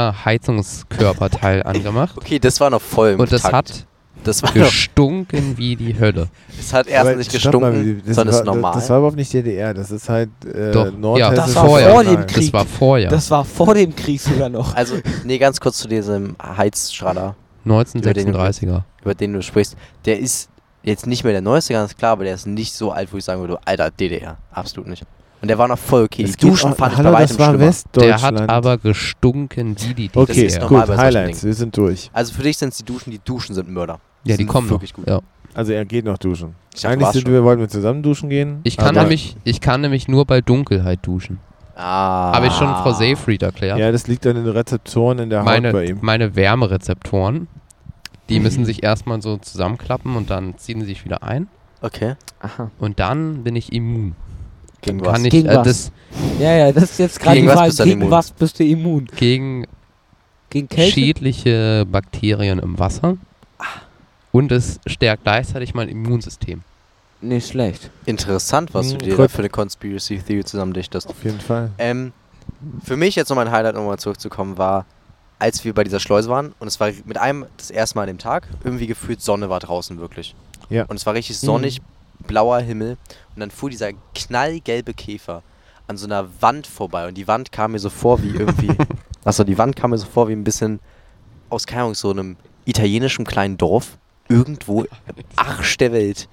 DDR-Heizungskörperteil angemacht. Okay, das war noch voll im Und das Takt. hat Das war noch, gestunken wie die Hölle. es hat erst Aber nicht stopp mal, gestunken, das sondern es war, ist normal. Das war überhaupt nicht DDR, das ist halt Doch, ja, das nordhessisches war vorher. vor dem Nein. Krieg. Das war vorher. Das war vor dem Krieg sogar noch. Also, nee, ganz kurz zu diesem Heizstrahler, 1936er. über den du sprichst. Der ist jetzt nicht mehr der neueste, ganz klar, aber der ist nicht so alt, wo ich sagen würde, Alter, DDR. Absolut nicht. Und der war noch voll okay. Es Die geht Duschen auch- fand ich Hallo, bei das weitem war schlimmer. Der Westdeutschland. hat aber gestunken wie die Das Okay, ist DDR. normal gut, bei solchen Highlights, wir sind durch. Also für dich sind es die Duschen sind Mörder. Ja, die sind kommen wirklich noch. gut. Ja. Also er geht noch duschen. Ich dachte, Eigentlich war's schon. wollten wir zusammen duschen gehen. Ich kann, aber- nämlich nur bei Dunkelheit duschen. Ah. Habe ich schon Frau Seyfried erklärt. Ja, das liegt an den Rezeptoren in der Haut bei ihm. Meine Wärmerezeptoren, die müssen sich erstmal so zusammenklappen und dann ziehen sie sich wieder ein. Okay. Aha. Und dann bin ich immun. Gegen Dann was? kann ich Gegen was? das Ja, das ist jetzt gerade Gegen die was Frage, bist du gegen immun? was bist du immun? gegen Gegen Kälte? schädliche Bakterien im Wasser. Und es stärkt gleichzeitig mein Immunsystem. Nicht schlecht. Interessant, was du dir Gut. da für eine Conspiracy Theory zusammendichtest. Auf jeden Fall. Für mich jetzt noch mein Highlight, um mal zurückzukommen, war, als wir bei dieser Schleuse waren und es war mit einem das erste Mal an dem Tag, irgendwie gefühlt Sonne war draußen wirklich. Ja. Und es war richtig sonnig, blauer Himmel und dann fuhr dieser knallgelbe Käfer an so einer Wand vorbei und die Wand kam mir so vor wie irgendwie, die Wand kam mir so vor wie ein bisschen aus, keine Ahnung, so einem italienischen kleinen Dorf, irgendwo im Arsch der Welt.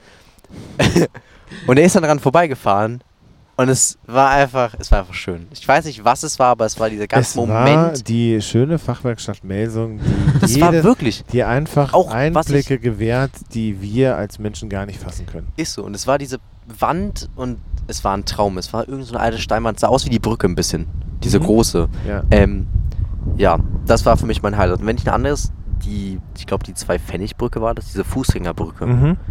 Und er ist dann daran vorbeigefahren und es war einfach schön. Ich weiß nicht, was es war, aber es war dieser ganze Es war Moment. die schöne Fachwerkstatt Melsung, Das die, war wirklich, die einfach Auch, was Einblicke gewährt, die wir als Menschen gar nicht fassen können. ist so. Und es war diese Wand und es war ein Traum. Es war irgend so eine alte Steinwand, sah aus wie die Brücke ein bisschen. Diese große. Ja. Ja, das war für mich mein Highlight. Und wenn ich ein anderes, ich glaube die 2-Pfennig-Brücke war das, diese Fußgängerbrücke,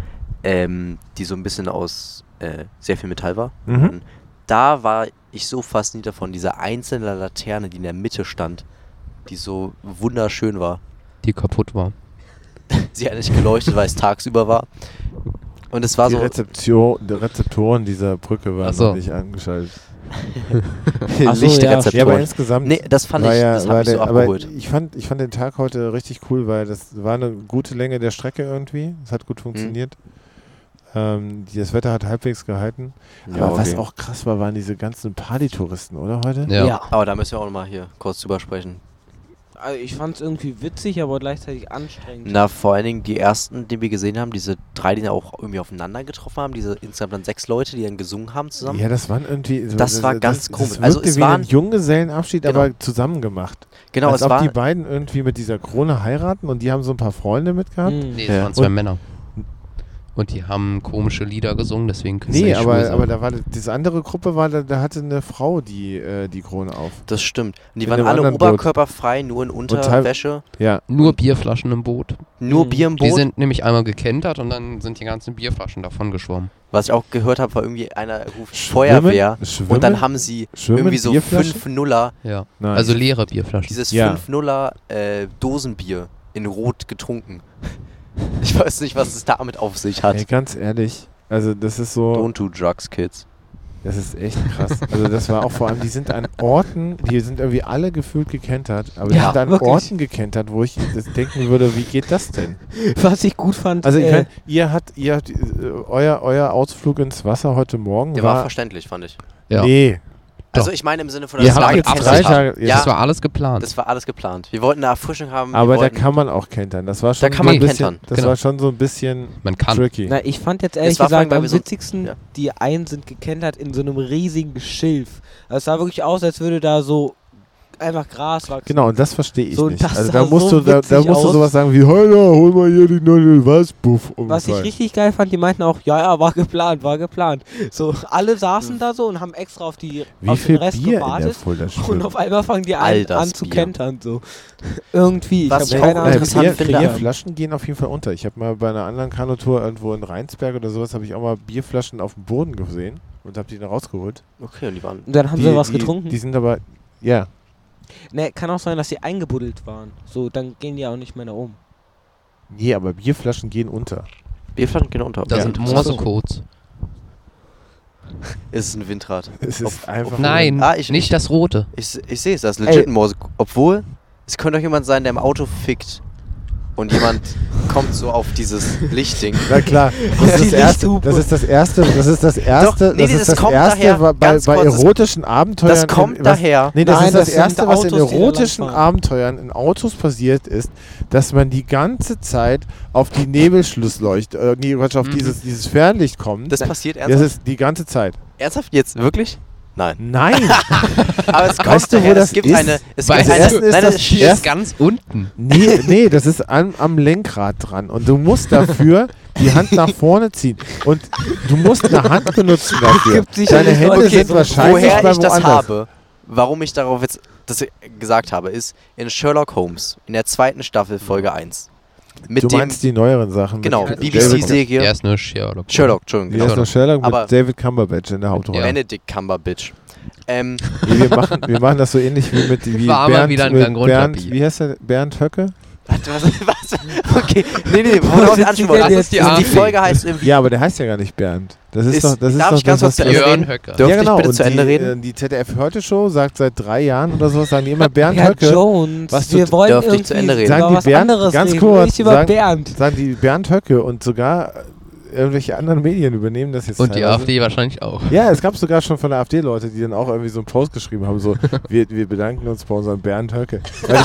die so ein bisschen aus sehr viel Metall war. Mhm. Und da war ich so fasziniert davon, diese einzelne Laterne, die in der Mitte stand, die so wunderschön war. Die kaputt war. Sie hat nicht geleuchtet, weil es tagsüber war. Und es war Die so die Rezeptoren dieser Brücke waren Ach so. noch nicht angeschaltet. Ach so, Lichtrezeptoren. Ja, aber insgesamt Nee, das fand war ich, ja, das war hat mich so der, aber abgeholt. ich fand den Tag heute richtig cool, weil das war eine gute Länge der Strecke irgendwie. Es hat gut funktioniert. Das Wetter hat halbwegs gehalten. Ja, Aber was okay. auch krass war, waren diese ganzen Partytouristen, oder heute? Ja. Aber da müssen wir auch nochmal hier kurz drüber sprechen. Also ich fand es irgendwie witzig, aber gleichzeitig anstrengend. Na, vor allen Dingen die ersten, die wir gesehen haben, diese 3, die dann auch irgendwie aufeinander getroffen haben, diese insgesamt dann 6 Leute, die dann gesungen haben zusammen. Ja, das waren irgendwie. Das war ganz komisch. Das Also wirkte es wie waren- ein Junggesellenabschied, Genau. aber zusammen gemacht. Genau, Als es ob war die beiden irgendwie mit dieser Krone heiraten und die haben so ein paar Freunde mitgehabt. Mhm. Nee, Ja. es waren 2 Und- Männer. Und die haben komische Lieder gesungen, deswegen können sie Nee, nicht schwul sein. aber da war diese andere Gruppe, da hatte eine Frau die Krone auf. das stimmt. Und die In waren einem alle anderen Boot. oberkörperfrei, nur in Unterwäsche, Ja. Nur Bierflaschen im Boot. nur Mhm. Bier im Die Boot. sind nämlich einmal gekentert und dann sind die ganzen Bierflaschen davon geschwommen. Was ich auch gehört habe, war irgendwie einer ruft Feuerwehr. Schwimmen? Und dann haben sie Schwimmen, irgendwie so Bierflaschen? 5 Nuller, Ja. Nein. Also leere Bierflaschen. dieses Ja. 5 Nuller Dosenbier in Rot getrunken. Ich weiß nicht, was es damit auf sich hat. Ey, ganz ehrlich, also das ist so, Don't do drugs, kids. das ist echt krass. Also das war auch vor allem, die sind an Orten, die sind irgendwie alle gefühlt gekentert, aber die Ja, sind an wirklich. Orten gekentert, wo ich das denken würde, wie geht das denn? Was ich gut fand, Also ich meine, ihr habt euer Ausflug ins Wasser heute Morgen Der war verständlich, fand ich. Ja. Nee, Also ich meine im Sinne von, Ihr dass habt wir jetzt gekentert 3 haben. Tage. Ja. Das war alles geplant. Das war alles geplant. Wir wollten eine Erfrischung haben. Aber wir da wollten, kann man auch kentern. Das war schon Da kann man so ein bisschen, kentern. Das Genau. war schon so ein bisschen Man kann. tricky. Na, ich fand jetzt ehrlich Es war vor allem, gesagt weil am wir so- witzigsten, ja. die einen sind gekentert in so einem riesigen Schilf. Also es sah wirklich aus, als würde da so einfach Gras wachsen. Genau, und das verstehe ich So, nicht. das Also sah da musst so du, da witzig musst du aus. sowas sagen wie, hol mal hier die neue Weißbuff. Was ich richtig geil fand, die meinten auch, ja, war geplant. So, alle saßen da so und haben extra auf Wie den viel Rest Bier in der gewartet. Fulda Und Schule? auf einmal fangen die All an, das zu Bier. kentern. So. Irgendwie. Was ich ich habe keine auch Ahnung. interessant finde, Bierflaschen gehen auf jeden Fall unter. Ich habe mal bei einer anderen Kanutour irgendwo in Rheinsberg oder sowas, habe ich auch mal Bierflaschen auf dem Boden gesehen und habe die dann rausgeholt. Okay, und die waren... Und dann haben sie was getrunken. Die sind aber, ja. Ne, kann auch sein, dass sie eingebuddelt waren. So, dann gehen die auch nicht mehr nach oben. Nee, aber Bierflaschen gehen unter. Bierflaschen gehen unter. Da Ja. sind Morsecodes. Ist es ein Windrad? Es ist einfach Nein, ich- nicht das rote. Ich sehe es, das ist legit ein Morse. Obwohl, es könnte auch jemand sein, der im Auto fickt. Und jemand kommt so auf dieses Lichtding. Na klar, das ist Die das erste. Lichthupe. Das ist das erste. nee, das ist das kommt erste daher, bei ganz kurz, erotischen Abenteuern. Das kommt was, daher. Nee, das Nein, ist das das sind erste, was in Autos, die da erotischen langfahren. Abenteuern in Autos passiert ist, dass man die ganze Zeit auf die Nebelschlussleuchte, auf dieses Fernlicht kommt. Das passiert Das ernsthaft. ist die ganze Zeit. Ernsthaft jetzt? Wirklich? Nein. Nein! Aber es kommt Weißt du, wo daher. das Es gibt ist? eine... Es Weißt gibt du, eine... ist Nein, das es Die ist ganz unten. Nee, das ist am Lenkrad dran. Und du musst dafür die Hand nach vorne ziehen. Und du musst eine Hand benutzen dafür. Gibt sicherlich Deine Hände Leute, sind die wahrscheinlich Woher bei ich das woanders. habe, warum ich darauf jetzt das gesagt habe, ist in Sherlock Holmes, in der 2. Staffel, Folge 1. Mit Du dem... meinst die neueren Sachen. Genau, mit BBC-Serie. Er ist nur Sherlock. Entschuldigung. Wie heißt noch Sherlock mit Aber- David Cumberbatch in der Hauptrolle. Ja. Benedict Cumberbatch. Nee, wir machen das so ähnlich wie War aber Bernd, wieder ein mit Gang runter, Bernd, Bi. wie heißt der? Bernd Höcke? Was? Okay, nee, worauf ich anschauen wollte. Das ist die Die AfD. Folge heißt irgendwie... Ja, aber der heißt ja gar nicht Bernd. Das ist doch, das ist darf doch ich ganz das, kurz was zu Ende Björn reden? Höcke. Dürfte ja, genau. ich bitte Und zu Ende reden? Die ZDF-Heute-Show sagt seit 3 Jahren oder sowas, sagen die immer Bernd Herr Höcke. Jones, Was wir du- wollen Dürfte ich irgendwie zu Ende reden? über Sagen die was Bernd- anderes ganz reden, kurz, nicht über sagen- Bernd. Sagen die Bernd Höcke und sogar irgendwelche anderen Medien übernehmen das jetzt Und die teilweise. AfD wahrscheinlich auch. Ja, es gab sogar schon von der AfD Leute, die dann auch irgendwie so einen Post geschrieben haben, so, wir bedanken uns bei unserem Bernd Höcke.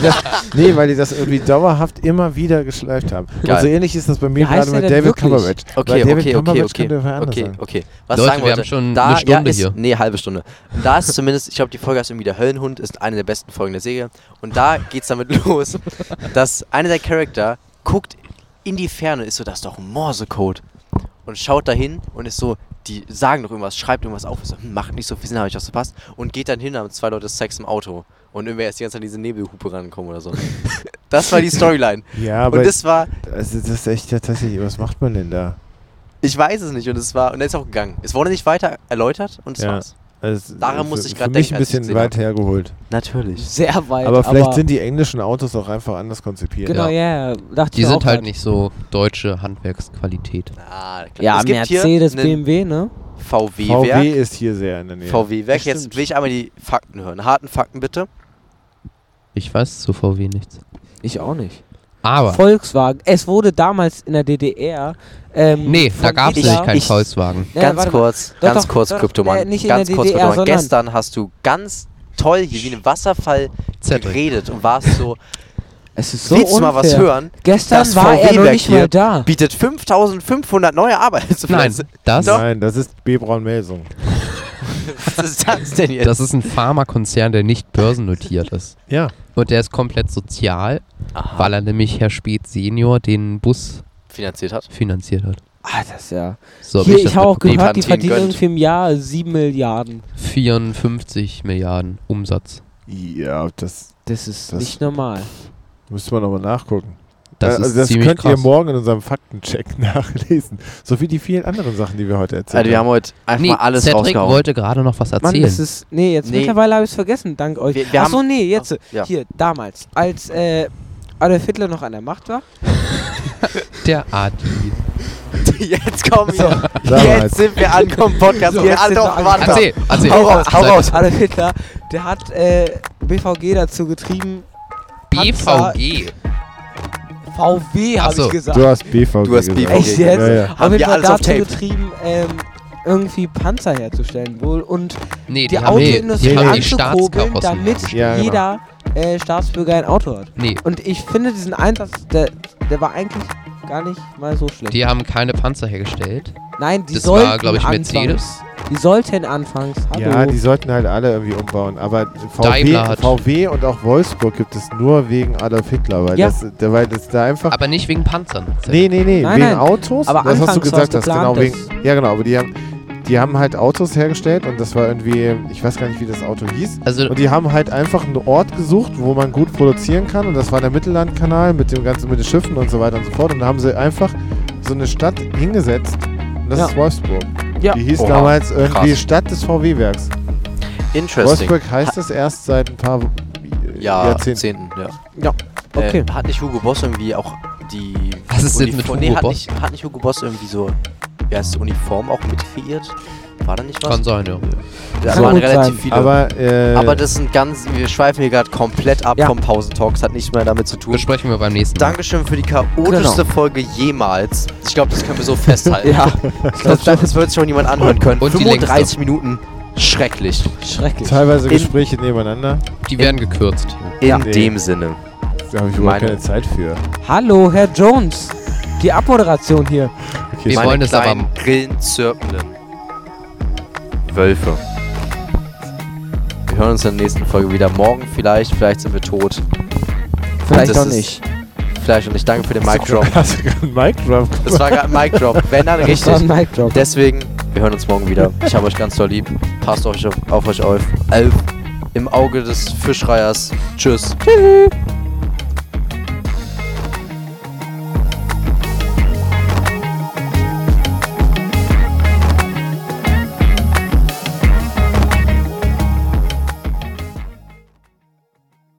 Weil die das irgendwie dauerhaft immer wieder geschleift haben. Geil. Und so ähnlich ist das bei mir Wie heißt gerade mit der denn David wirklich? Cumberbatch. Okay, Weil David Cumberbatch könnte wer anders sein. okay. Was Leute, sagen wir wollte, haben schon da, eine Stunde ist, hier. Nee, halbe Stunde. Und da ist zumindest, ich glaube, die Folge heißt irgendwie der Höllenhund, ist eine der besten Folgen der Serie. Und da geht's damit los, dass einer der Charakter guckt in die Ferne, ist so, das ist doch ein Morsecode. Und schaut dahin und ist so, die sagen doch irgendwas, schreibt irgendwas auf. Ist so, macht nicht so viel Sinn, habe ich was verpasst. Und geht dann hin, haben 2 Leute Sex im Auto. Und irgendwer ist die ganze Zeit an diese Nebelhupe rangekommen oder so. Das war die Storyline. Ja, aber Und das war, also das ist echt tatsächlich, was macht man denn da? ich weiß es nicht. Und er ist auch gegangen. Es wurde nicht weiter erläutert und das Ja. war's. Also Daran musste ich für gerade mich denken, ein als ich bisschen gesehen weit hergeholt. Natürlich. Sehr weit. Aber vielleicht sind die englischen Autos auch einfach anders konzipiert. Genau, ja. Dachte Die ich sind auch halt grad. nicht so deutsche Handwerksqualität. Ah, klar. Ja, es gibt hier Mercedes, einen BMW, ne? VW-Werk. VW ist hier sehr in der Nähe. VW-Werk. Das Jetzt stimmt. will ich einmal die Fakten hören. Harten Fakten bitte. Ich weiß zu VW nichts. Ich auch nicht. Aber, Volkswagen. Es wurde damals in der DDR. nee, da von gab es Hitler- nämlich keinen Ich- Volkswagen. Ja, Ganz warte mal. kurz, Doch, ganz doch, kurz, doch, Kryptoman. nicht in Ganz der kurz, DDR, Kryptoman. sondern- Gestern hast du ganz toll hier wie ein Wasserfall Cedric. geredet und warst so, Es ist so willst du mal was unfair. hören? Gestern Das war er noch VW-Werk nicht mal hier da. Bietet 5.500 neue Nein, Arbeitsplätze. das, Doch. Nein, das ist B. Braun-Melsung. Was ist das denn jetzt? das ist ein Pharmakonzern, der nicht börsennotiert ist. Ja. Und der ist komplett sozial, Aha. weil er nämlich Herr Speth Senior den Bus finanziert hat. finanziert hat. Ah, das ist ja. So hab Hier, das ich habe auch mitbekommen. gehört, die Kantinen verdienen gönnt. irgendwie im Jahr 7 Milliarden. 54 Milliarden Umsatz. Ja, das Das ist Das- nicht normal. müsste man nochmal nachgucken. Das also ist das ziemlich könnt ihr krass. morgen in unserem Faktencheck nachlesen. So wie die vielen anderen Sachen, die wir heute erzählt Also wir haben heute einfach Nee, mal alles Cedric rausgehauen. wollte gerade noch was Mann, erzählen. das ist. Nee, jetzt Nee. mittlerweile habe ich es vergessen, dank euch. Wir Achso, haben- nee, jetzt. Ja. Hier, damals. Als Adolf Hitler noch an der Macht war. Der Adi. Jetzt kommen wir. Sag mal. Jetzt sind wir angekommen, Podcast. So, Wir jetzt alle sind doch wir gewartet Erzähl, haben. erzähl. Hau raus, hau raus. Adolf Hitler, der hat BVG dazu getrieben. BVG. VW, habe Ach so. ich gesagt. Du hast BVG Du hast gesagt. BVG. Echt jetzt? Ja, ja. Haben Auf jeden wir Fall alles auf dazu Tape. getrieben, irgendwie Panzer herzustellen wohl und Nee, die die haben Autoindustrie die anzukurbeln, Staatskarossen. damit Ja, genau. jeder Staatsbürger ein Auto hat. Nee, Und ich finde diesen Einsatz, der war eigentlich gar nicht mal so schlecht. die haben keine Panzer hergestellt. Nein, die Das sollten war, glaube ich, anfangs. Mercedes. Die sollten anfangs. Hallo. Ja, die sollten halt alle irgendwie umbauen. Aber Daimler hat- VW und auch Wolfsburg gibt es nur wegen Adolf Hitler, weil, Ja. weil das da einfach. Aber nicht wegen Panzern. Nee, Nein, wegen nein. Autos. Aber das hast du anfangs gesagt, war's das genau wegen. geplant, Ja, genau, aber die haben halt Autos hergestellt und das war irgendwie, ich weiß gar nicht, wie das Auto hieß. Also, Und die haben halt einfach einen Ort gesucht, wo man gut produzieren kann. Und das war der Mittellandkanal mit dem ganzen, mit den Schiffen und so weiter und so fort. Und da haben sie einfach so eine Stadt hingesetzt. Und das Ja. ist Wolfsburg. Ja. Die hieß Oha, damals irgendwie krass. Stadt des VW-Werks. Interesting. Wolfsburg heißt es erst seit ein paar Jahrzehnten. Ja. Ja, okay. Hat nicht Hugo Boss irgendwie auch die. Was ist denn mit Uniform- Hugo hat Boss? Hat nicht Hugo Boss irgendwie so. Wie heißt es, Uniform auch mit kreiert? War da nicht was? kann sein, ja. Da Kann waren gut relativ sein. viele. Aber Das sind ganz. Wir schweifen hier gerade komplett ab Ja. vom Pausentalks. Hat nichts mehr damit zu tun. Besprechen wir beim nächsten Mal. Dankeschön für die chaotischste Folge jemals. Ich glaube, das können wir so festhalten. Ja, Das wird sich schon jemand anhören können. Und die 35 längste. Minuten. Schrecklich. schrecklich. teilweise in- Gespräche nebeneinander. Die werden gekürzt. In Ja. dem Sinne. Da habe ich überhaupt Meine- keine Zeit für. Hallo, Herr Jones. Die Abmoderation hier. Okay, Wir Meine wollen es aber- kleinen Grillen zirpenden Wölfe. Wir hören uns in der nächsten Folge wieder. Morgen vielleicht sind wir tot. Vielleicht Das auch ist- nicht. Vielleicht und ich danke für den Mic Drop. Hast du gerade einen Mic Drop? Das war gerade ein Mic Drop. Wenn dann Das war richtig. ein Mic Drop. Deswegen, wir hören uns morgen wieder. Ich habe euch ganz doll lieb. Passt auf euch auf. Im Auge des Fischreiers. Tschüss. Tschüss.